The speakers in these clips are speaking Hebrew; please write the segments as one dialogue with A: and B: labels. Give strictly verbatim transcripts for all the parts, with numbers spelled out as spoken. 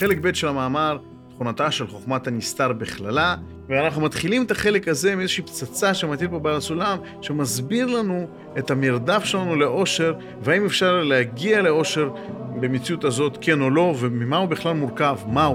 A: חלק ב' של המאמר, תכונתה של חוכמת הנסתר בכללה, ואנחנו מתחילים את החלק הזה מאיזושהי פצצה שמטיל פה בעל הסולם, שמסביר לנו את המרדף שלנו לאושר, והאם אפשר להגיע לאושר במציאות הזאת, כן או לא, וממה הוא בכלל מורכב, מהו.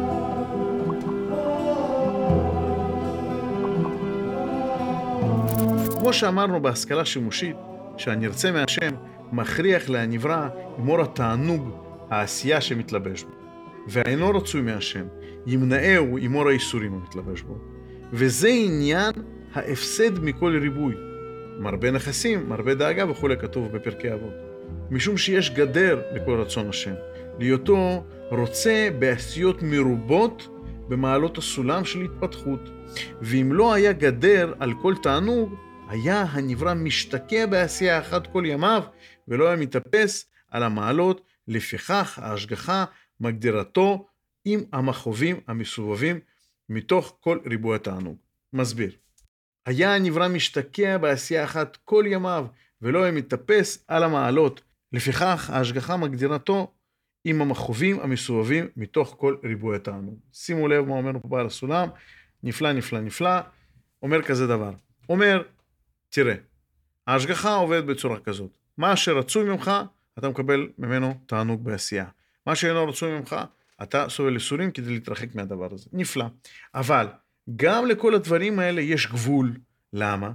A: כמו שאמרנו בהשכלה שימושית, שהנרצה מהשם מכריח להנברא עם אור התענוג, העשייה שמתלבש בו. והאינו רצוי מהשם, ימנעהו עם אור האיסורים המתלבש בו. וזה עניין ההפסד מכל ריבוי. מרבה נכסים, מרבה דאגה וכו' כתוב בפרקי אבות. משום שיש גדר לכל רצון השם. להיותו רוצה בעשיות מרובות במעלות הסולם של התפתחות. ואם לא היה גדר על כל תענוג, היה הנברא משתקע בעשייה אחת כל ימיו, ולא היה מתאפס על המעלות, לפיכך ההשגחה מגדירתו עם המחובים המסובבים מתוך כל ריבוי התענוג. מסביר. היה הנברא משתקע בעשייה אחת כל ימיו, ולא היה מתאפס על המעלות, לפיכך ההשגחה מגדירתו עם המחובים המסובבים מתוך כל ריבוי התענוג. שימו לב מה אומר פה בעל הסולם, נפלא נפלא נפלא, אומר כזה דבר. אומר, תראה, ההשגחה עובדת בצורה כזאת. מה שרצוי ממך, אתה מקבל ממנו תענוג בעשייה. מה שאינו רצוי ממך, אתה סובל איסורים כדי להתרחק מהדבר הזה. נפלא. אבל גם לכל הדברים האלה יש גבול. למה?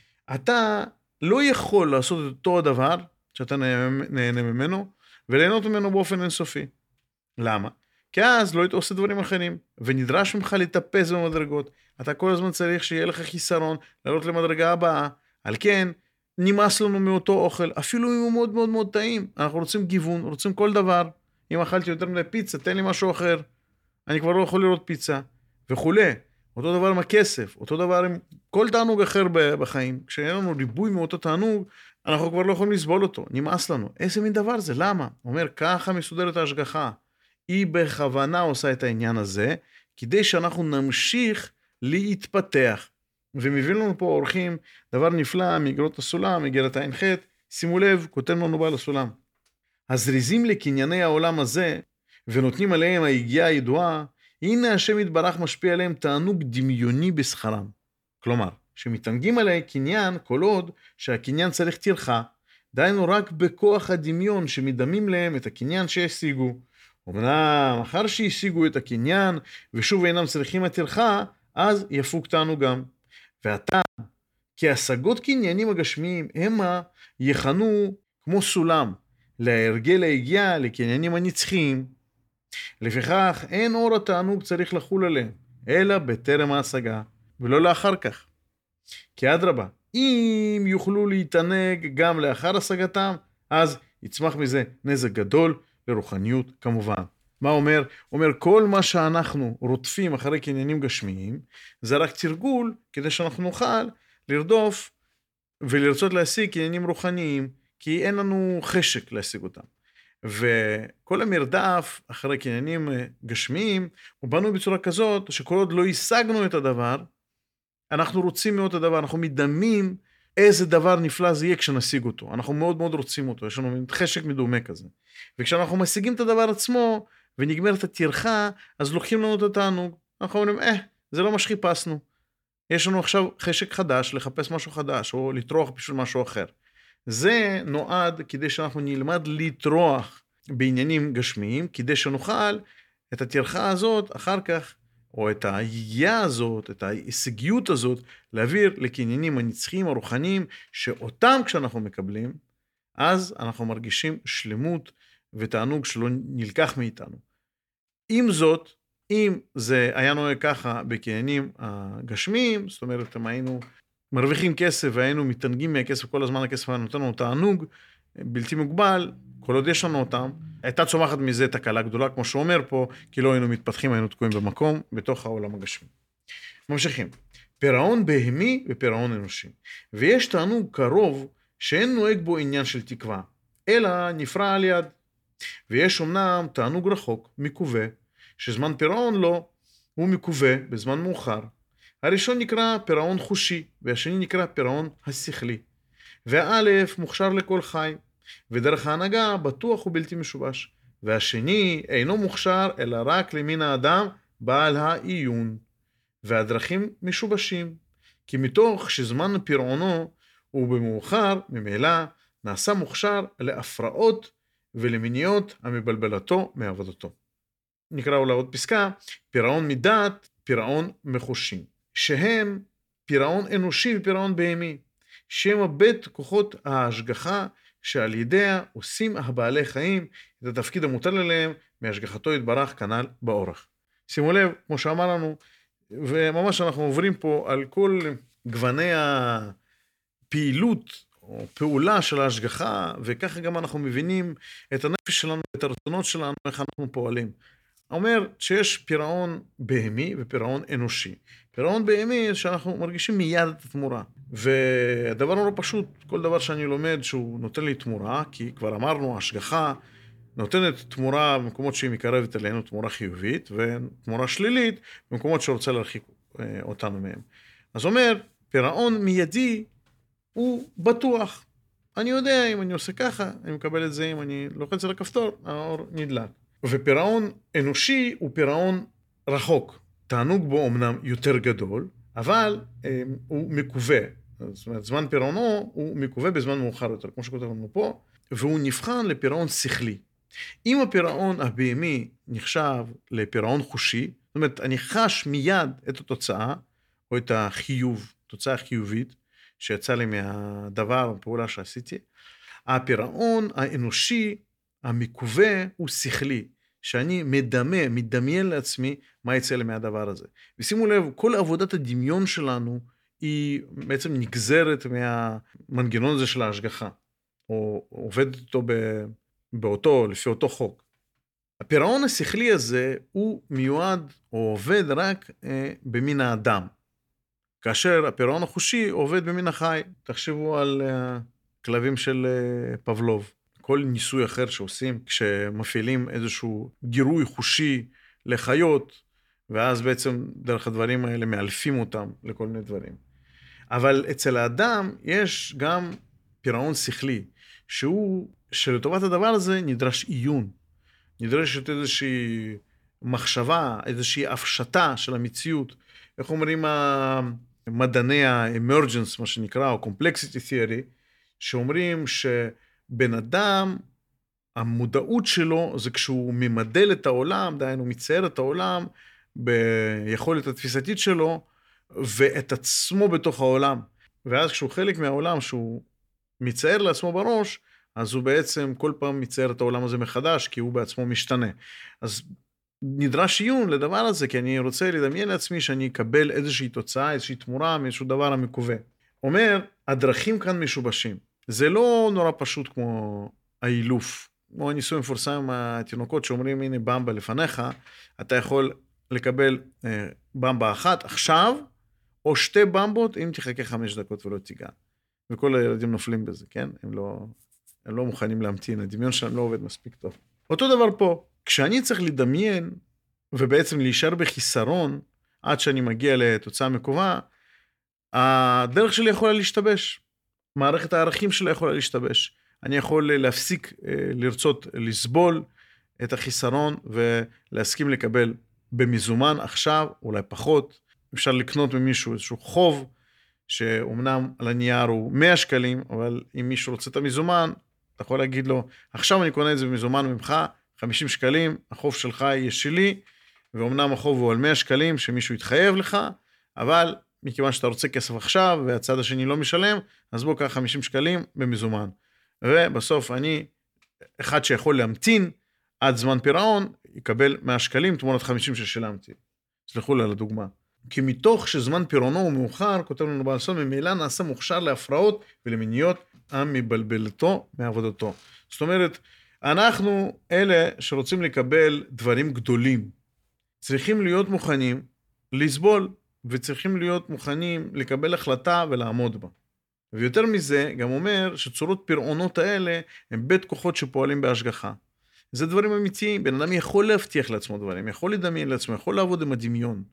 A: אתה לא יכול לעשות את אותו הדבר שאתה נהנה ממנו, וליהנות ממנו באופן אינסופי. למה? כי אז לא היית עושה דברים אחרים, ונדרש ממך לטפס במדרגות. אתה כל הזמן צריך שיהיה לך חיסרון, לעלות למדרגה הבאה. על כן, נמאס לנו מאותו אוכל, אפילו אם הוא מאוד מאוד מאוד טעים. אנחנו רוצים גיוון, רוצים כל דבר. אם אכלתי יותר מדי פיצה, תן לי משהו אחר. אני כבר לא יכול לראות פיצה, וכו'. אותו דבר עם הכסף, אותו דבר עם כל תענוג אחר בחיים. כשאין לנו ריבוי מאותו תענוג, אנחנו כבר לא יכולים לסבול אותו. נמאס לנו. איזה מין דבר זה? למה? הוא אומר, ככה מסודרת ההשגחה. היא בכוונה עושה את העניין הזה, כדי שאנחנו נמשיך להתפתח. ומבין לנו פה אורחים דבר נפלא מאגרות הסולם, מאגרת עין ח', שימו לב, כותב לנו בעל הסולם. הזריזים לקנייני העולם הזה, ונותנים עליהם היגיעה הידועה, הנה השם יתברך משפיע עליהם תענוג דמיוני בשכרם. כלומר, שמתענגים עליהם קניין כל עוד שהקניין צריך טרחה, דהיינו רק בכוח הדמיון שמדמים להם את הקניין שהשיגו. אמנם, אחר שהשיגו את הקניין ושוב אינם צריכים הטרחה, אז יפוג תענוגם. והטעם, כי השגות קניינים הגשמיים המה יכנו כמו סולם, להרגל היגיעה לקניינים הנצחיים. לפיכך אין אור התענוג צריך לחול עליהם, אלא בטרם ההשגה, ולא לאחר כך. כי אדרבה, אם יוכלו להתענג גם לאחר השגתם, אז יצמח מזה נזק גדול לרוחניות כמובן. מה אומר? אומר כל מה שאנחנו רודפים אחרי קניינים גשמיים, זה רק תרגול כדי שאנחנו נוכל לרדוף ולרצות להשיג קניינים רוחניים, כי אין לנו חשק להשיג אותם. וכל המרדף אחרי קניינים גשמיים, הוא בנו בצורה כזאת שכל עוד לא השגנו את הדבר, אנחנו רוצים מאוד את הדבר, אנחנו מדמים איזה דבר נפלא זה יהיה כשנשיג אותו. אנחנו מאוד מאוד רוצים אותו, יש לנו חשק מדומה כזה. וכשאנחנו משיגים את הדבר עצמו, ונגמרת הטרחה, אז לוקחים לנו את התענוג. אנחנו אומרים, אה, זה לא מה שחיפשנו. יש לנו עכשיו חשק חדש, לחפש משהו חדש, או לטרוח בשביל משהו אחר. זה נועד כדי שאנחנו נלמד לטרוח בעניינים גשמיים, כדי שנוכל את הטרחה הזאת אחר כך, או את ההגיעה הזאת, את ההישגיות הזאת, להעביר לקניינים הנצחיים הרוחניים, שאותם כשאנחנו מקבלים, אז אנחנו מרגישים שלמות ותענוג שלא נלקח מאיתנו. עם זאת, אם זה היה נוהג ככה בקניינים הגשמיים, זאת אומרת, אם היינו מרוויחים כסף והיינו מתענגים מהכסף, כל הזמן הכסף היה נותן לנו תענוג בלתי מוגבל, כל עוד יש לנו אותם, הייתה צומחת מזה תקלה גדולה, כמו שהוא אומר פה, כי לא היינו מתפתחים, היינו תקועים במקום, בתוך העולם הגשמי. ממשיכים. פירעון בהמי ופירעון אנושי. ויש תענוג קרוב שאין נוהג בו עניין של תקווה, אלא נפרע על יד. ויש אמנם תענוג רחוק, מקווה, שזמן פירעון לו הוא מקווה בזמן מאוחר. הראשון נקרא פירעון חושי, והשני נקרא פירעון השכלי. והאלף מוכשר לכל חי, ודרך ההנהגה בטוח ובלתי משובש. והשני אינו מוכשר אלא רק למין האדם בעל העיון, והדרכים משובשים, כי מתוך שזמן פירעונו הוא במאוחר, ממילא נעשה מוכשר להפרעות ולמיניות המבלבלתו מעבודתו. נקרא אולי עוד פסקה, פירעון מדעת, פירעון מחושים, שהם פירעון אנושי ופירעון בהמי, שהם בית כוחות ההשגחה שעל ידיה עושים הבעלי חיים את התפקיד המוטל עליהם מהשגחתו יתברך כנ"ל באורך. שימו לב, כמו שאמר לנו, וממש אנחנו עוברים פה על כל גווני הפעילות או פעולה של ההשגחה, וככה גם אנחנו מבינים את הנפש שלנו, את הרצונות שלנו, איך אנחנו פועלים. אומר שיש פירעון בהמי ופירעון אנושי. פירעון בהמי שאנחנו מרגישים מיד את התמורה. והדבר לא פשוט, כל דבר שאני לומד שהוא נותן לי תמורה, כי כבר אמרנו, ההשגחה נותנת תמורה במקומות שהיא מקרבת אלינו, תמורה חיובית, ותמורה שלילית במקומות שרוצה להרחיק אותנו מהם. אז אומר, פירעון מיידי הוא בטוח. אני יודע אם אני עושה ככה, אני מקבל את זה, אם אני לוחץ על הכפתור, האור נדלק. ופירעון אנושי הוא פירעון רחוק. תענוג בו אמנם יותר גדול, אבל אה, הוא מקווה. זאת אומרת, זמן פירעונו הוא מקווה בזמן מאוחר יותר, כמו שכותב לנו פה, והוא נבחן לפירעון שכלי. אם הפירעון הבהמי נחשב לפירעון חושי, זאת אומרת, אני חש מיד את התוצאה, או את החיוב, תוצאה חיובית, שיצא לי מהדבר, הפעולה שעשיתי, הפירעון האנושי, המקווה, הוא שכלי, שאני מדמה, מדמיין לעצמי מה יצא לי מהדבר הזה. ושימו לב, כל עבודת הדמיון שלנו, היא בעצם נגזרת מהמנגנון הזה של ההשגחה, או עובדת אותו באותו, לפי אותו חוק. הפירעון השכלי הזה, הוא מיועד, או עובד רק אה, במין האדם. כאשר הפירעון החושי עובד במין החי. תחשבו על uh, כלבים של uh, פבלוב. כל ניסוי אחר שעושים, כשמפעילים איזשהו גירוי חושי לחיות, ואז בעצם דרך הדברים האלה מאלפים אותם לכל מיני דברים. אבל אצל האדם יש גם פירעון שכלי, שהוא, שלטובת הדבר הזה נדרש עיון. נדרשת איזושהי מחשבה, איזושהי הפשטה של המציאות. איך אומרים מדעני ה-emergence, מה שנקרא, או complexity theory, שאומרים שבן אדם, המודעות שלו זה כשהוא ממדל את העולם, דהיינו מצייר את העולם ביכולת התפיסתית שלו, ואת עצמו בתוך העולם. ואז כשהוא חלק מהעולם שהוא מצייר לעצמו בראש, אז הוא בעצם כל פעם מצייר את העולם הזה מחדש, כי הוא בעצמו משתנה. אז נדרש עיון לדבר הזה, כי אני רוצה לדמיין לעצמי שאני אקבל איזושהי תוצאה, איזושהי תמורה, מאיזשהו דבר המקווה. אומר, הדרכים כאן משובשים. זה לא נורא פשוט כמו האילוף. כמו הניסוי מפורסם עם התינוקות שאומרים, הנה במבה לפניך, אתה יכול לקבל אה, במבה אחת עכשיו, או שתי במבות, אם תחכה חמש דקות ולא תיגע. וכל הילדים נופלים בזה, כן? הם לא, הם לא מוכנים להמתין, הדמיון שלהם לא עובד מספיק טוב. אותו דבר פה. כשאני צריך לדמיין, ובעצם להישאר בחיסרון, עד שאני מגיע לתוצאה מקווה, הדרך שלי יכולה להשתבש. מערכת הערכים שלה יכולה להשתבש. אני יכול להפסיק לרצות לסבול את החיסרון, ולהסכים לקבל במזומן עכשיו, אולי פחות. אפשר לקנות ממישהו איזשהו חוב, שאומנם על הנייר הוא מאה שקלים, אבל אם מישהו רוצה את המזומן, אתה יכול להגיד לו, עכשיו אני קונה את זה במזומן ממך, חמישים שקלים, החוב שלך יהיה שלי, ואומנם החוב הוא על מאה שקלים, שמישהו יתחייב לך, אבל מכיוון שאתה רוצה כסף עכשיו, והצד השני לא משלם, אז בוא קח חמישים שקלים במזומן. ובסוף אני, אחד שיכול להמתין, עד זמן פירעון, יקבל מאה שקלים, תמורת חמישים ששילמתי. סלחו לי על הדוגמה. כי מתוך שזמן פירעונו הוא מאוחר, כותב לנו בעל סוד, ממילא נעשה מוכשר להפרעות ולמיניות המבלבלתו מעבודתו. זאת אומרת, אנחנו אלה שרוצים לקבל דברים גדולים, צריכים להיות מוכנים לסבול, וצריכים להיות מוכנים לקבל החלטה ולעמוד בה. ויותר מזה, גם אומר שצורות פירעונות האלה הם בית כוחות שפועלים בהשגחה. זה דברים אמיתיים, בן אדם יכול להבטיח לעצמו דברים, יכול לדמיין לעצמו, יכול לעבוד עם הדמיון,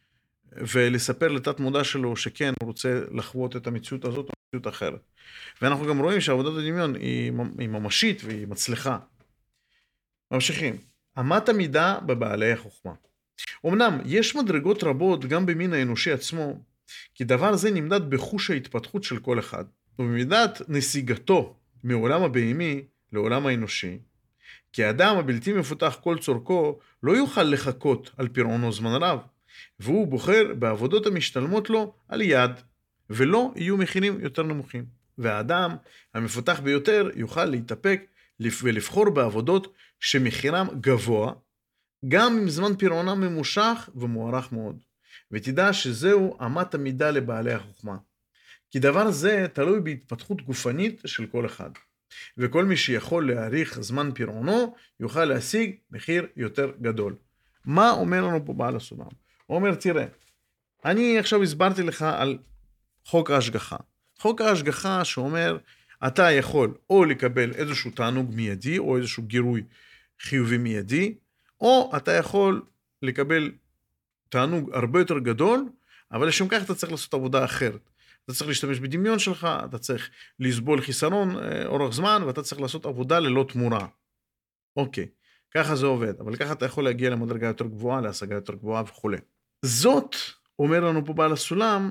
A: ולספר לתת מודע שלו שכן, הוא רוצה לחוות את המציאות הזאת או מציאות אחרת. ואנחנו גם רואים שעבודת הדמיון היא, היא ממשית והיא מצליחה. ממשיכים. אמת המידה בבעלי החוכמה. אמנם יש מדרגות רבות גם במין האנושי עצמו, כי דבר זה נמדד בחוש ההתפתחות של כל אחד, ובמידת נסיגתו מעולם הבהמי לעולם האנושי, כי האדם הבלתי מפותח כל צורכו לא יוכל לחכות על פירעונו זמן רב, והוא בוחר בעבודות המשתלמות לו על יד, ולא יהיו מחירים יותר נמוכים. והאדם המפותח ביותר יוכל להתאפק ולבחור בעבודות שמחירם גבוה, גם אם זמן פירעונם ממושך ומוארך מאוד. ותדע שזהו אמת המידה לבעלי החוכמה. כי דבר זה תלוי בהתפתחות גופנית של כל אחד. וכל מי שיכול להאריך זמן פירעונו, יוכל להשיג מחיר יותר גדול. מה אומר לנו פה בעל הסולם? הוא אומר, תראה, אני עכשיו הסברתי לך על חוק ההשגחה. חוק ההשגחה שאומר, אתה יכול או לקבל איזשהו תענוג מיידי, או איזשהו גירוי חיובי מיידי, או אתה יכול לקבל תענוג הרבה יותר גדול, אבל לשם כך אתה צריך לעשות עבודה אחרת. אתה צריך להשתמש בדמיון שלך, אתה צריך לסבול חיסרון אורך זמן, ואתה צריך לעשות עבודה ללא תמורה. אוקיי, ככה זה עובד, אבל ככה אתה יכול להגיע למדרגה יותר גבוהה, להשגה יותר גבוהה וכו'. זאת, אומר לנו פה בעל הסולם,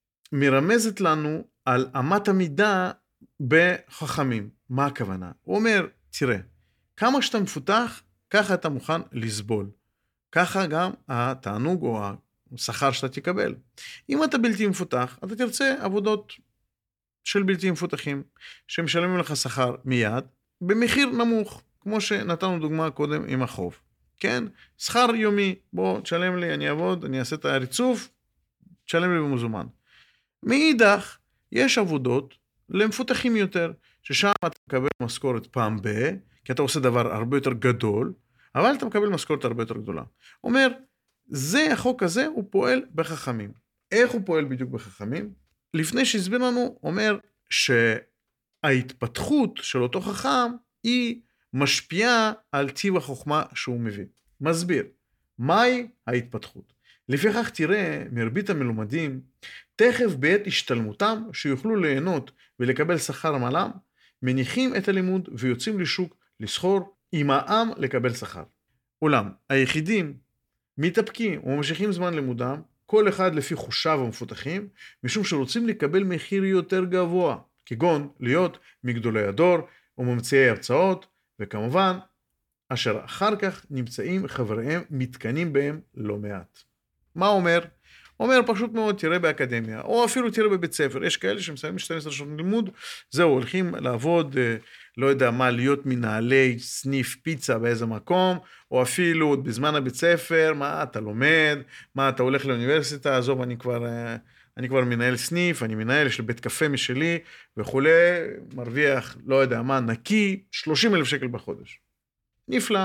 A: מרמזת לנו על אמת המידה בחכמים. מה הכוונה? הוא אומר, תראה, כמה שאתה מפותח, ככה אתה מוכן לסבול. ככה גם התענוג או השכר שאתה תקבל. אם אתה בלתי מפותח, אתה תרצה עבודות של בלתי מפותחים, שמשלמים לך שכר מיד, במחיר נמוך, כמו שנתנו דוגמה קודם עם החוב. כן? שכר יומי, בוא תשלם לי, אני אעבוד, אני אעשה את הריצוף, תשלם לי במזומן. מאידך, יש עבודות למפותחים יותר, ששם אתה מקבל משכורת פעם ב, כי אתה עושה דבר הרבה יותר גדול, אבל אתה מקבל משכורת הרבה יותר גדולה. אומר, זה החוק הזה, הוא פועל בחכמים. איך הוא פועל בדיוק בחכמים? לפני שהסביר לנו, אומר שההתפתחות של אותו חכם, היא משפיעה על טיב החוכמה שהוא מביא. מסביר, מהי ההתפתחות? לפיכך תראה, מרבית המלומדים, תכף בעת השתלמותם, שיוכלו ליהנות ולקבל שכר מעלם, מניחים את הלימוד ויוצאים לשוק לסחור עם העם לקבל שכר. אולם, היחידים מתאפקים וממשיכים זמן לימודם, כל אחד לפי חושיו המפותחים, משום שרוצים לקבל מחיר יותר גבוה, כגון להיות מגדולי הדור וממציאי הרצאות, וכמובן, אשר אחר כך נמצאים חבריהם מתקנים בהם לא מעט. מה אומר? אומר פשוט מאוד, תראה באקדמיה, או אפילו תראה בבית ספר, יש כאלה שמסיימים שתים עשרה שנות לימוד, זהו, הולכים לעבוד, לא יודע מה, להיות מנהלי סניף פיצה באיזה מקום, או אפילו בזמן הבית ספר, מה אתה לומד, מה אתה הולך לאוניברסיטה, עזוב, אני כבר, אני כבר מנהל סניף, אני מנהל, יש לי בית קפה משלי, וכו', מרוויח, לא יודע מה, נקי, שלושים אלף שקל בחודש. נפלא.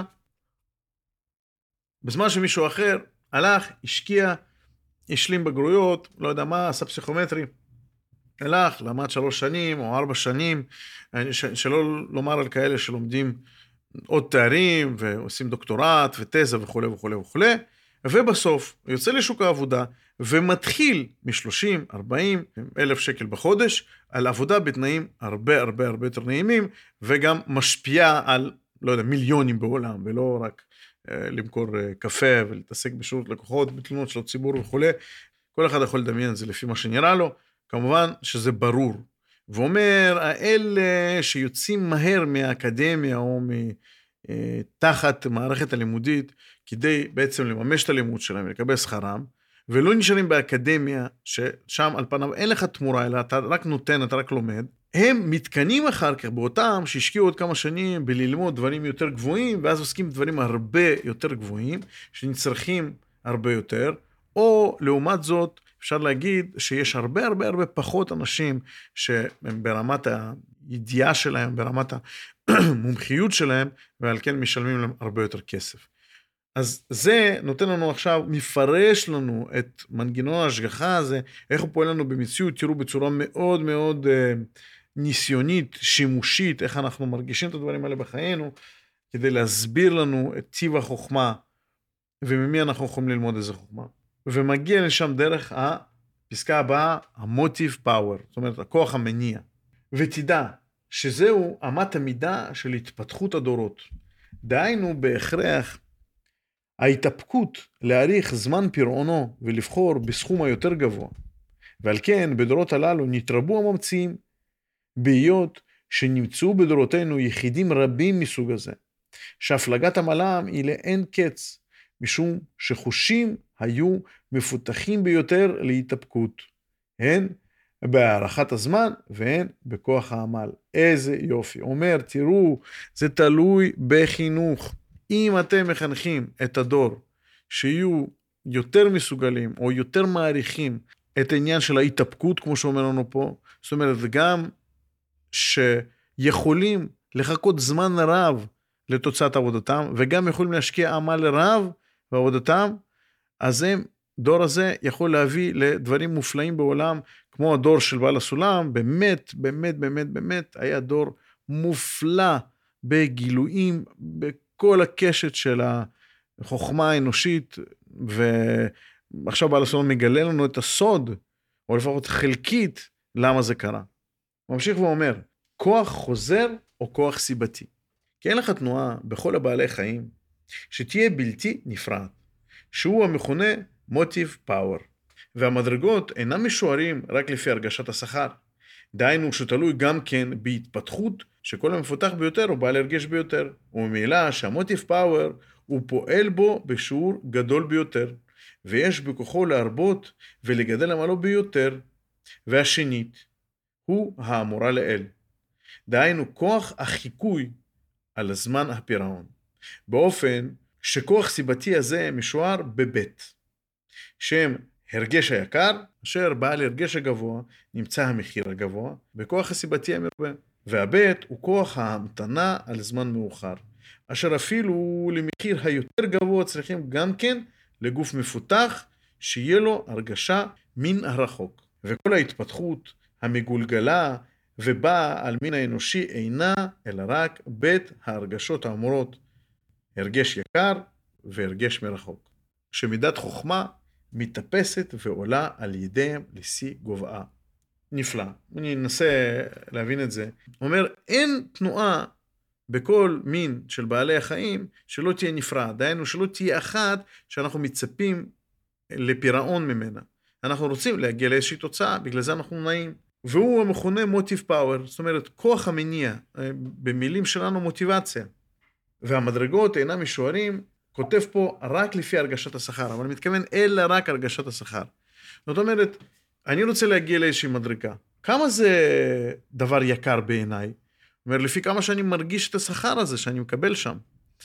A: בזמן שמישהו אחר הלך, השקיע, השלים בגרויות, לא יודע מה, עשה פסיכומטרי, הלך, למד שלוש שנים או ארבע שנים, שלא לומר על כאלה שלומדים עוד תארים ועושים דוקטורט ותזה וכו' וכו' וכו', ובסוף יוצא לשוק העבודה ומתחיל מ-שלושים ארבעים אלף שקל בחודש על עבודה בתנאים הרבה הרבה הרבה יותר נעימים, וגם משפיעה על, לא יודע, מיליונים בעולם, ולא רק למכור קפה ולהתעסק בשירות לקוחות, בתלונות של הציבור וכו'. כל אחד יכול לדמיין את זה לפי מה שנראה לו, כמובן שזה ברור. ואומר, האלה שיוצאים מהר מהאקדמיה או מתחת מערכת הלימודית, כדי בעצם לממש את הלימוד שלהם ולקבל שכרם, ולא נשארים באקדמיה, ששם על פניו אין לך תמורה, אלא אתה רק נותן, אתה רק לומד, הם מתקנים אחר כך באותם שהשקיעו עוד כמה שנים בללמוד דברים יותר גבוהים, ואז עוסקים דברים הרבה יותר גבוהים, שנצרכים הרבה יותר, או לעומת זאת, אפשר להגיד שיש הרבה הרבה הרבה פחות אנשים שהם ברמת הידיעה שלהם, ברמת המומחיות שלהם, ועל כן משלמים להם הרבה יותר כסף. אז זה נותן לנו עכשיו, מפרש לנו את מנגנון ההשגחה הזה, איך הוא פועל לנו במציאות, תראו בצורה מאוד מאוד ניסיונית, שימושית, איך אנחנו מרגישים את הדברים האלה בחיינו, כדי להסביר לנו את טיב החוכמה, וממי אנחנו יכולים ללמוד איזה חוכמה. ומגיע לשם דרך הפסקה הבאה, המוטיב פאוור, זאת אומרת, הכוח המניע. ותדע שזהו אמת המידה של התפתחות הדורות. דהיינו בהכרח ההתאפקות להאריך זמן פירעונו ולבחור בסכום היותר גבוה. ועל כן בדורות הללו נתרבו הממציאים, בהיות שנמצאו בדורותינו יחידים רבים מסוג הזה, שהפלגת עמלם היא לאין קץ, משום שחושים היו מפותחים ביותר להתאפקות, הן בהארכת הזמן והן בכוח העמל. איזה יופי. אומר, תראו, זה תלוי בחינוך. אם אתם מחנכים את הדור שיהיו יותר מסוגלים או יותר מעריכים את העניין של ההתאפקות, כמו שאומר לנו פה, זאת אומרת, גם שיכולים לחכות זמן רב לתוצאת עבודתם, וגם יכולים להשקיע עמל רב בעבודתם, אז הם, דור הזה יכול להביא לדברים מופלאים בעולם, כמו הדור של בעל הסולם, באמת, באמת, באמת, באמת, היה דור מופלא בגילויים, בכל הקשת של החוכמה האנושית, ועכשיו בעל הסולם מגלה לנו את הסוד, או לפחות חלקית, למה זה קרה. הוא ממשיך ואומר, כוח חוזר או כוח סיבתי. כי אין לך תנועה בכל הבעלי חיים, שתהיה בלתי נפרד, שהוא המכונה מוטיב פאוור. והמדרגות אינם משוערים רק לפי הרגשת השכר. דהיינו שתלוי גם כן בהתפתחות שכל המפותח ביותר הוא בעל הרגש ביותר. וממילא שהמוטיב פאוור הוא פועל בו בשיעור גדול ביותר, ויש בכוחו להרבות ולגדל עמלו ביותר. והשנית הוא האמורה לאל. דהיינו כוח החיקוי על הזמן הפירעון. באופן שכוח סיבתי הזה משוער בבית, שם הרגש היקר, אשר בעל הרגש הגבוה נמצא המחיר הגבוה, בכוח הסיבתי המרבה. והבית הוא כוח ההמתנה על זמן מאוחר, אשר אפילו למחיר היותר גבוה צריכים גם כן לגוף מפותח, שיהיה לו הרגשה מן הרחוק. וכל ההתפתחות המגולגלה ובאה על מין האנושי אינה אלא רק בית ההרגשות האמורות, הרגש יקר והרגש מרחוק, שמידת חוכמה מתאפסת ועולה על ידיהם לשיא גובעה. נפלא. אני אנסה להבין את זה. הוא אומר, אין תנועה בכל מין של בעלי החיים שלא תהיה נפרד. דהיינו שלא תהיה אחת שאנחנו מצפים לפירעון ממנה. אנחנו רוצים להגיע לאיזושהי תוצאה, בגלל זה אנחנו נעים. והוא המכונה מוטיב פאוור, זאת אומרת, כוח המניע, במילים שלנו מוטיבציה. והמדרגות אינם משוערים, כותב פה רק לפי הרגשת השכר, אבל אני מתכוון אלא רק הרגשת השכר. זאת אומרת, אני רוצה להגיע לאיזושהי מדרגה. כמה זה דבר יקר בעיניי? זאת אומרת, לפי כמה שאני מרגיש את השכר הזה שאני מקבל שם.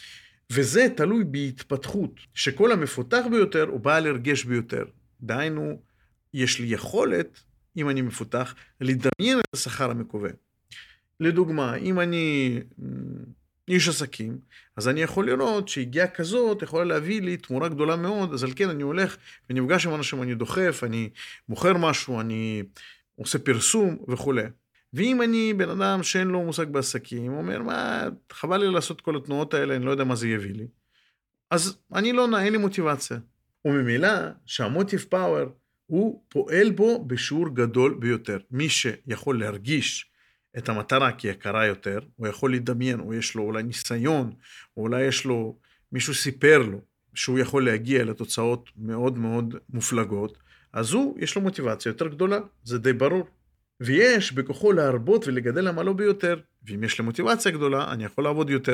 A: וזה תלוי בהתפתחות, שכל המפותח ביותר הוא בעל הרגש ביותר. דהיינו, יש לי יכולת, אם אני מפותח, לדמיין את השכר המקווה. לדוגמה, אם אני איש עסקים, אז אני יכול לראות שהגיעה כזאת יכולה להביא לי תמורה גדולה מאוד, אז על כן אני הולך ונפגש עם אנשים, אני דוחף, אני מוכר משהו, אני עושה פרסום וכו'. ואם אני בן אדם שאין לו מושג בעסקים, הוא אומר, מה, חבל לי לעשות כל התנועות האלה, אני לא יודע מה זה יביא לי. אז אני לא נע, אין לי מוטיבציה. וממילא שהמוטיב פאוור הוא פועל בו בשיעור גדול ביותר. מי שיכול להרגיש את המטרה כיקרה יותר, הוא יכול לדמיין, או יש לו אולי ניסיון, או אולי יש לו, מישהו סיפר לו, שהוא יכול להגיע לתוצאות מאוד מאוד מופלגות, אז הוא, יש לו מוטיבציה יותר גדולה, זה די ברור. ויש בכוחו להרבות ולגדל עמלו ביותר, ואם יש לי מוטיבציה גדולה, אני יכול לעבוד יותר.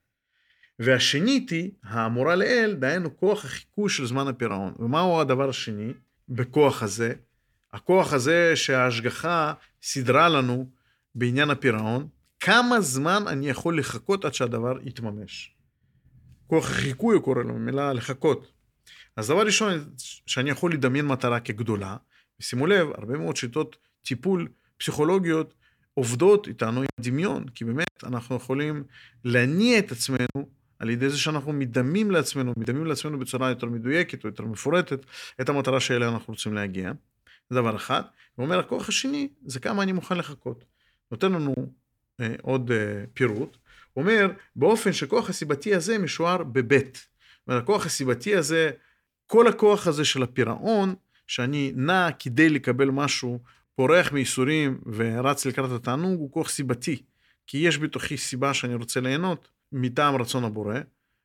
A: והשנית היא, האמורה לאל, דהיינו כוח החיקוי של זמן הפירעון. ומהו הדבר השני בכוח הזה? הכוח הזה שההשגחה סדרה לנו בעניין הפירעון, כמה זמן אני יכול לחכות עד שהדבר יתממש. כוח החיקוי הוא קורא לו, במילה לחכות. אז דבר ראשון, שאני יכול לדמיין מטרה כגדולה, ושימו לב, הרבה מאוד שיטות טיפול פסיכולוגיות עובדות איתנו עם דמיון, כי באמת אנחנו יכולים להניע את עצמנו על ידי זה שאנחנו מדמים לעצמנו, מדמים לעצמנו בצורה יותר מדויקת או יותר מפורטת, את המטרה שאליה אנחנו רוצים להגיע. זה דבר אחד. ואומר, הכוח השני, זה כמה אני מוכן לחכות. נותן לנו אה, עוד אה, פירוט. הוא אומר, באופן שכוח הסיבתי הזה משוער בבית. זאת אומרת, הכוח הסיבתי הזה, כל הכוח הזה של הפירעון, שאני נע כדי לקבל משהו, פורח מייסורים ורץ לקראת התענוג, הוא כוח סיבתי. כי יש בתוכי סיבה שאני רוצה ליהנות מטעם רצון הבורא,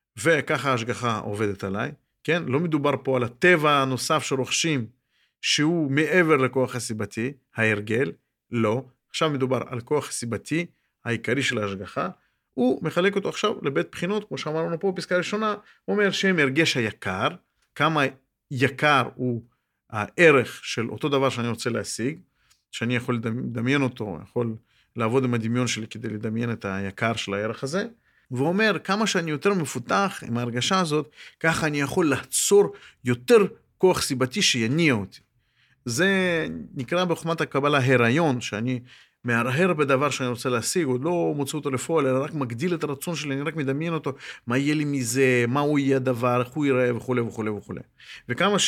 A: וככה ההשגחה עובדת עליי, כן? לא מדובר פה על הטבע הנוסף שרוכשים, שהוא מעבר לכוח הסיבתי, ההרגל, לא. עכשיו מדובר על כוח הסיבתי, העיקרי של ההשגחה, הוא מחלק אותו עכשיו לבית בחינות, כמו שאמרנו פה בפסקה ראשונה, הוא אומר שהם הרגש היקר, כמה יקר הוא הערך של אותו דבר שאני רוצה להשיג, שאני יכול לדמיין אותו, יכול לעבוד עם הדמיון שלי כדי לדמיין את היקר של הערך הזה, והוא אומר, כמה שאני יותר מפותח עם ההרגשה הזאת, ככה אני יכול לעצור יותר כוח סיבתי שיניע אותי. זה נקרא בחוכמת הקבלה הריון, שאני מהרהר בדבר שאני רוצה להשיג, עוד לא מוצא אותו לפועל, אלא רק מגדיל את הרצון שלי, אני רק מדמיין אותו, מה יהיה לי מזה, מה הוא יהיה הדבר, איך הוא ייראה וכו' וכו' וכו'. וכמה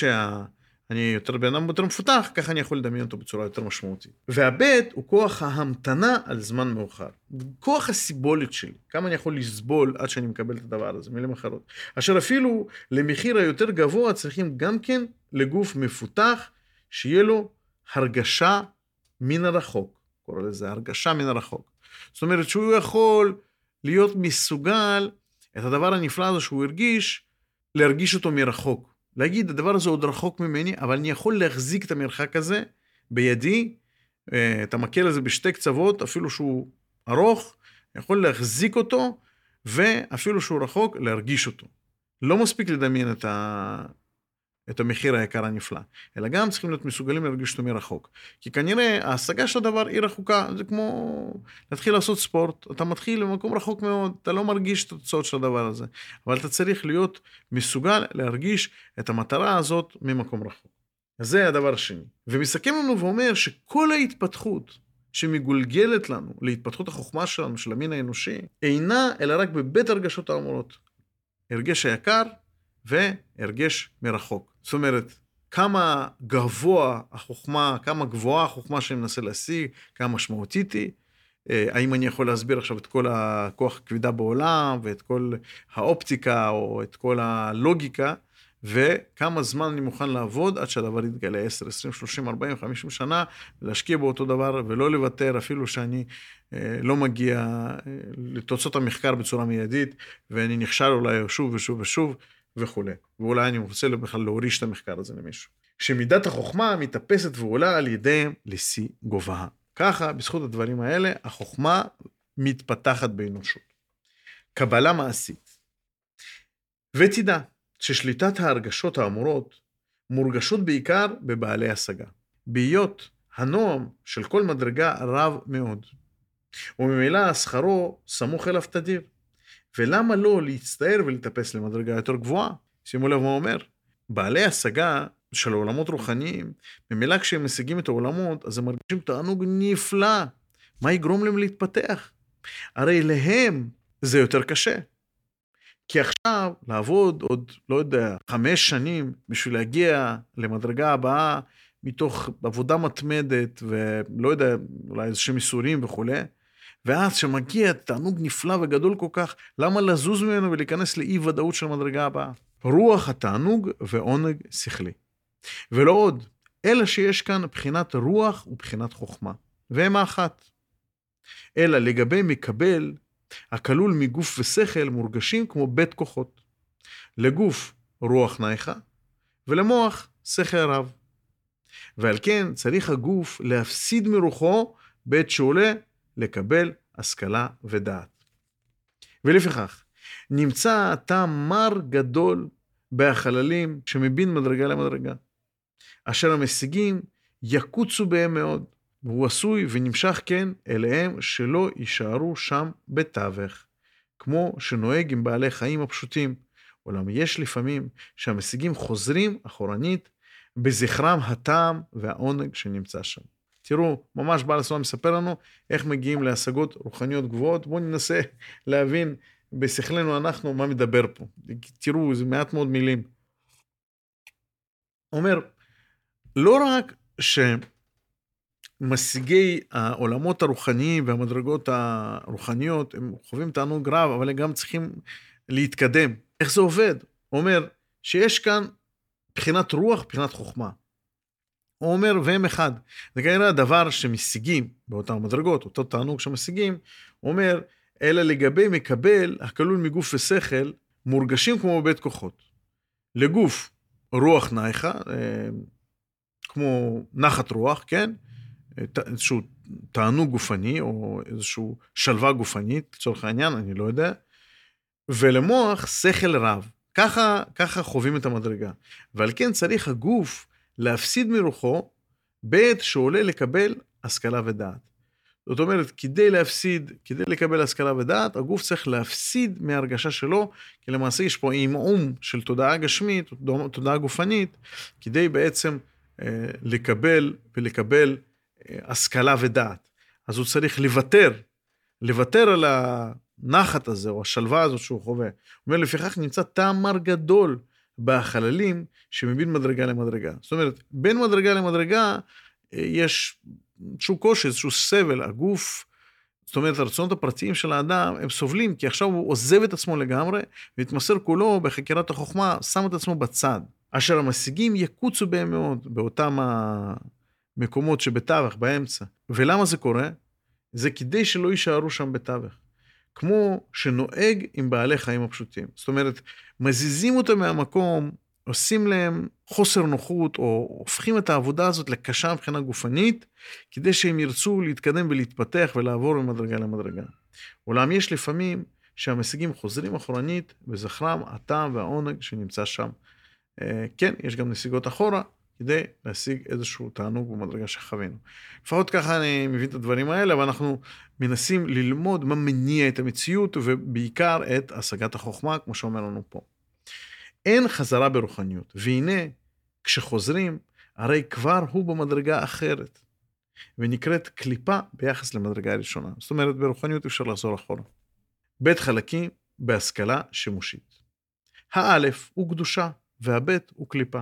A: שאני יותר בן אדם יותר מפותח, ככה אני יכול לדמיין אותו בצורה יותר משמעותית. והבית הוא כוח ההמתנה על זמן מאוחר. כוח הסיבולת שלי, כמה אני יכול לסבול עד שאני מקבל את הדבר הזה, מילים אחרות. אשר אפילו למחיר היותר גבוה צריכים גם כן לגוף מפותח, שיהיה לו הרגשה מן הרחוק. קורא לזה הרגשה מן הרחוק. זאת אומרת שהוא יכול להיות מסוגל את הדבר הנפלא הזה שהוא הרגיש, להרגיש אותו מרחוק. להגיד, הדבר הזה עוד רחוק ממני, אבל אני יכול להחזיק את המרחק הזה בידי, את המקל הזה בשתי קצוות, אפילו שהוא ארוך, אני יכול להחזיק אותו, ואפילו שהוא רחוק, להרגיש אותו. לא מספיק לדמיין את ה... את המחיר היקר הנפלא, אלא גם צריכים להיות מסוגלים להרגיש אותו מרחוק. כי כנראה ההשגה של הדבר היא רחוקה, זה כמו להתחיל לעשות ספורט, אתה מתחיל במקום רחוק מאוד, אתה לא מרגיש את התוצאות של הדבר הזה, אבל אתה צריך להיות מסוגל להרגיש את המטרה הזאת ממקום רחוק. אז זה הדבר השני. ומסכם לנו ואומר שכל ההתפתחות שמגולגלת לנו, להתפתחות החוכמה שלנו, של המין האנושי, אינה אלא רק בבית הרגשות האמורות. הרגש היקר, והרגש מרחוק. זאת אומרת, כמה גבוה החוכמה, כמה גבוהה החוכמה שאני מנסה להשיג, כמה משמעותית היא, האם אני יכול להסביר עכשיו את כל הכוח הכבידה בעולם, ואת כל האופטיקה, או את כל הלוגיקה, וכמה זמן אני מוכן לעבוד עד שהדבר יתגלה עשר, עשרים, שלושים, ארבעים, חמישים שנה, להשקיע באותו דבר, ולא לוותר אפילו שאני לא מגיע לתוצאות המחקר בצורה מיידית, ואני נכשל אולי שוב ושוב ושוב, וכו'. ואולי אני רוצה בכלל להוריש את המחקר הזה למישהו. שמידת החוכמה מתאפסת ועולה על ידי לשיא גובה. ככה, בזכות הדברים האלה, החוכמה מתפתחת באנושות. קבלה מעשית. ותדע ששליטת ההרגשות האמורות מורגשות בעיקר בבעלי השגה. בהיות הנועם של כל מדרגה רב מאוד. וממילא שכרו סמוך אליו תדיר. ולמה לא להצטער ולהתאפס למדרגה יותר גבוהה? שימו לב מה אומר. בעלי השגה של העולמות רוחניים, ממילא כשהם משיגים את העולמות, אז הם מרגישים תענוג נפלא. מה יגרום להם להתפתח? הרי להם זה יותר קשה. כי עכשיו לעבוד עוד, לא יודע, חמש שנים, בשביל להגיע למדרגה הבאה, מתוך עבודה מתמדת, ולא יודע, אולי איזשהם איסורים וכו'. ואז שמגיע תענוג נפלא וגדול כל כך, למה לזוז ממנו ולהיכנס לאי ודאות של המדרגה הבאה? רוח התענוג ועונג שכלי. ולא עוד, אלא שיש כאן בחינת רוח ובחינת חוכמה, והם האחת. אלא לגבי מקבל, הכלול מגוף ושכל מורגשים כמו בית כוחות. לגוף רוח נייחה, ולמוח שכל רב. ועל כן צריך הגוף להפסיד מרוחו בעת שעולה לקבל השכלה ודעת. ולפיכך, נמצא טעם מר גדול בהחללים שמבין מדרגה למדרגה, אשר המשיגים יקוצו בהם מאוד, והוא עשוי ונמשך כן אליהם שלא יישארו שם בתווך, כמו שנוהג עם בעלי חיים הפשוטים, אולם יש לפעמים שהמשיגים חוזרים אחורנית בזכרם הטעם והעונג שנמצא שם. תראו, ממש בעל הסולם מספר לנו איך מגיעים להשגות רוחניות גבוהות. בואו ננסה להבין בשכלנו אנחנו מה מדבר פה. תראו, זה מעט מאוד מילים. אומר, לא רק שמשיגי העולמות הרוחניים והמדרגות הרוחניות, הם חווים תענוג רב, אבל הם גם צריכים להתקדם. איך זה עובד? אומר שיש כאן בחינת רוח, בחינת חוכמה. הוא אומר, והם אחד. זה כנראה הדבר שמשיגים באותן מדרגות, אותו תענוג שמשיגים, הוא אומר, אלא לגבי מקבל, הכלול מגוף ושכל, מורגשים כמו בית כוחות. לגוף, רוח נייחה, כמו נחת רוח, כן? איזשהו תענוג גופני, או איזשהו שלווה גופנית, לצורך העניין, אני לא יודע. ולמוח, שכל רב. ככה, ככה חווים את המדרגה. ועל כן צריך הגוף להפסיד מרוחו, בעת שעולה לקבל השכלה ודעת. זאת אומרת, כדי להפסיד, כדי לקבל השכלה ודעת, הגוף צריך להפסיד מההרגשה שלו, כי למעשה יש פה אימעום של תודעה גשמית, תודעה גופנית, כדי בעצם אה, לקבל ולקבל אה, השכלה ודעת. אז הוא צריך לוותר, לוותר על הנחת הזה, או השלווה הזאת שהוא חווה. הוא אומר, לפיכך נמצא טעם מר גדול בחללים, שמבין מדרגה למדרגה. זאת אומרת, בין מדרגה למדרגה, אה, יש איזשהו קושי, איזשהו סבל, הגוף, זאת אומרת, הרצונות הפרטיים של האדם, הם סובלים, כי עכשיו הוא עוזב את עצמו לגמרי, והתמסר כולו בחקירת החוכמה, שם את עצמו בצד. אשר המשיגים יקוצו בהם מאוד, באותם המקומות שבתווך, באמצע. ולמה זה קורה? זה כדי שלא יישארו שם בתווך. כמו שנוהג עם בעלי חיים הפשוטים. זאת אומרת, מזיזים אותם מהמקום, עושים להם חוסר נוחות, או הופכים את העבודה הזאת לקשה מבחינה גופנית, כדי שהם ירצו להתקדם ולהתפתח ולעבור ממדרגה למדרגה. אולם יש לפעמים שהמשיגים חוזרים אחורנית, וזכרם הטעם והעונג שנמצא שם. כן, יש גם נסיגות אחורה, כדי להשיג איזשהו תענוג במדרגה שחווינו. לפחות ככה אני מבין את הדברים האלה, אבל אנחנו מנסים ללמוד מה מניע את המציאות, ובעיקר את השגת החוכמה, כמו שאומר לנו פה. אין חזרה ברוחניות, והנה, כשחוזרים, הרי כבר הוא במדרגה אחרת, ונקראת קליפה ביחס למדרגה הראשונה. זאת אומרת, ברוחניות אפשר לחזור אחורה. בית חלקים בהשכלה שימושית. האלף הוא קדושה, והבית הוא קליפה.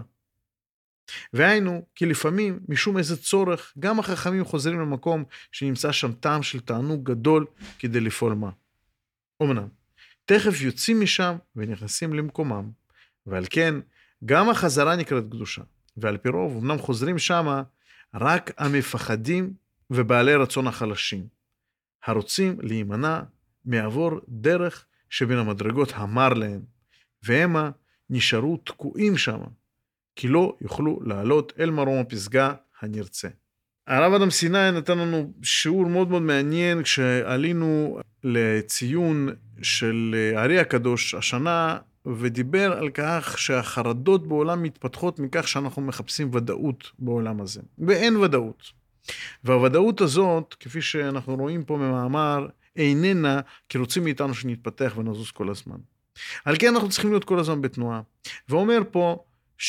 A: והיינו, כי לפעמים, משום איזה צורך, גם החכמים חוזרים למקום שנמצא שם טעם של תענוג גדול כדי לפעול מה. אמנם, תכף יוצאים משם ונכנסים למקומם, ועל כן, גם החזרה נקראת קדושה, ועל פי רוב, אמנם חוזרים שמה, רק המפחדים ובעלי רצון החלשים, הרוצים להימנע מעבור דרך שבין המדרגות המר להם, והמה נשארו תקועים שמה, כי לא יוכלו לעלות אל מרום הפסגה הנרצה. הרב אדם סיני נתן לנו שיעור מאוד מאוד מעניין, כשעלינו לציון של הארי הקדוש השנה, ודיבר על כך שהחרדות בעולם מתפתחות מכך שאנחנו מחפשים ודאות בעולם הזה. ואין ודאות. והוודאות הזאת, כפי שאנחנו רואים פה ממאמר, איננה כי רוצים מאיתנו שנתפתח ונזוז כל הזמן. על כן אנחנו צריכים להיות כל הזמן בתנועה. ואומר פה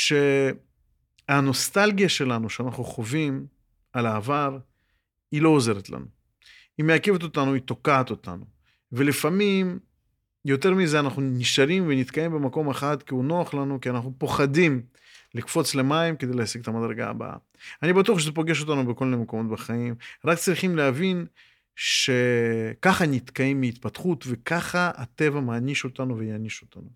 A: שהנוסטלגיה שלנו שאנחנו חווים על העבר, היא לא עוזרת לנו. היא מעכבת אותנו, היא תוקעת אותנו. ולפעמים, יותר מזה, אנחנו נשארים ונתקעים במקום אחד, כי הוא נוח לנו, כי אנחנו פוחדים לקפוץ למים כדי להשיג את המדרגה הבאה. אני בטוח שזה פוגש אותנו בכל מיני מקומות בחיים, רק צריכים להבין שככה נתקעים מהתפתחות, וככה הטבע מעניש אותנו ויעניש אותנו.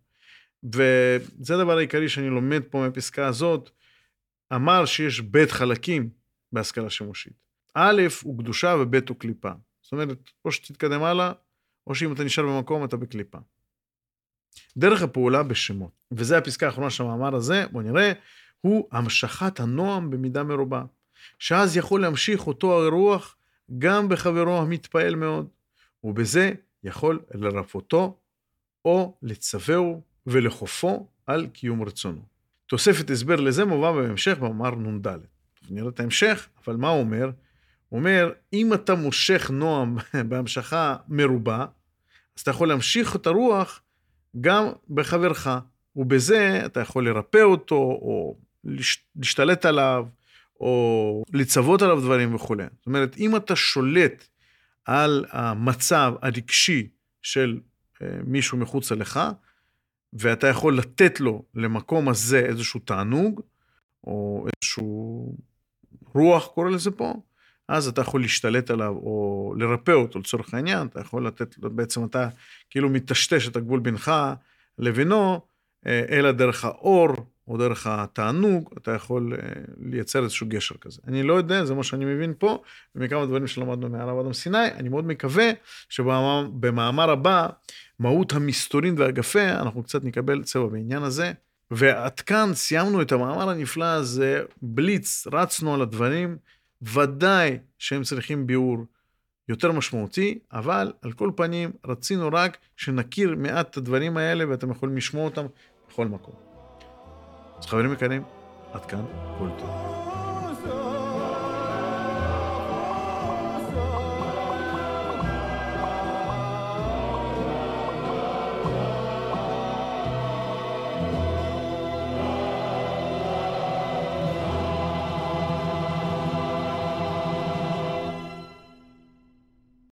A: וזה הדבר העיקרי שאני לומד פה מהפסקה הזאת, אמר שיש בית חלקים בהשכלה שימושית. א' הוא קדושה וב' הוא קליפה. זאת אומרת, או שתתקדם הלאה, או שאם אתה נשאר במקום, אתה בקליפה. דרך הפעולה בשמות, וזה הפסקה האחרונה של המאמר הזה, בוא נראה, הוא המשכת הנועם במידה מרובה, שאז יכול להמשיך אותו הרוח גם בחברו המתפעל מאוד, ובזה יכול לרפאותו, או לצווהו ולחופו על קיום רצונו. תוספת הסבר לזה מובא בהמשך במאמר נ"ד. נראה את ההמשך, אבל מה הוא אומר? הוא אומר, אם אתה מושך נועם בהמשכה מרובה, אז אתה יכול להמשיך את הרוח גם בחברך, ובזה אתה יכול לרפא אותו, או להשתלט עליו, או לצוות עליו דברים וכו'. זאת אומרת, אם אתה שולט על המצב הרגשי של מישהו מחוץ לך, ואתה יכול לתת לו למקום הזה איזשהו תענוג, או איזשהו רוח, קורא לזה פה, אז אתה יכול להשתלט עליו, או לרפא אותו לצורך העניין, אתה יכול לתת, בעצם אתה כאילו מטשטש את הגבול בינך לבינו, אלא דרך האור, או דרך התענוג, אתה יכול לייצר איזשהו גשר כזה. אני לא יודע, זה מה שאני מבין פה, ומכמה דברים שלמדנו מהרב אדם סיני, אני מאוד מקווה שבמאמר הבא, מהות המסתורין והגפה, אנחנו קצת נקבל צבע בעניין הזה, ועד כאן סיימנו את המאמר הנפלא הזה, בליץ, רצנו על הדברים, ודאי שהם צריכים ביאור יותר משמעותי, אבל על כל פנים רצינו רק שנכיר מעט את הדברים האלה, ואתם יכולים לשמוע אותם בכל מקום. אז חברים יקרים, עד כאן, כל טוב.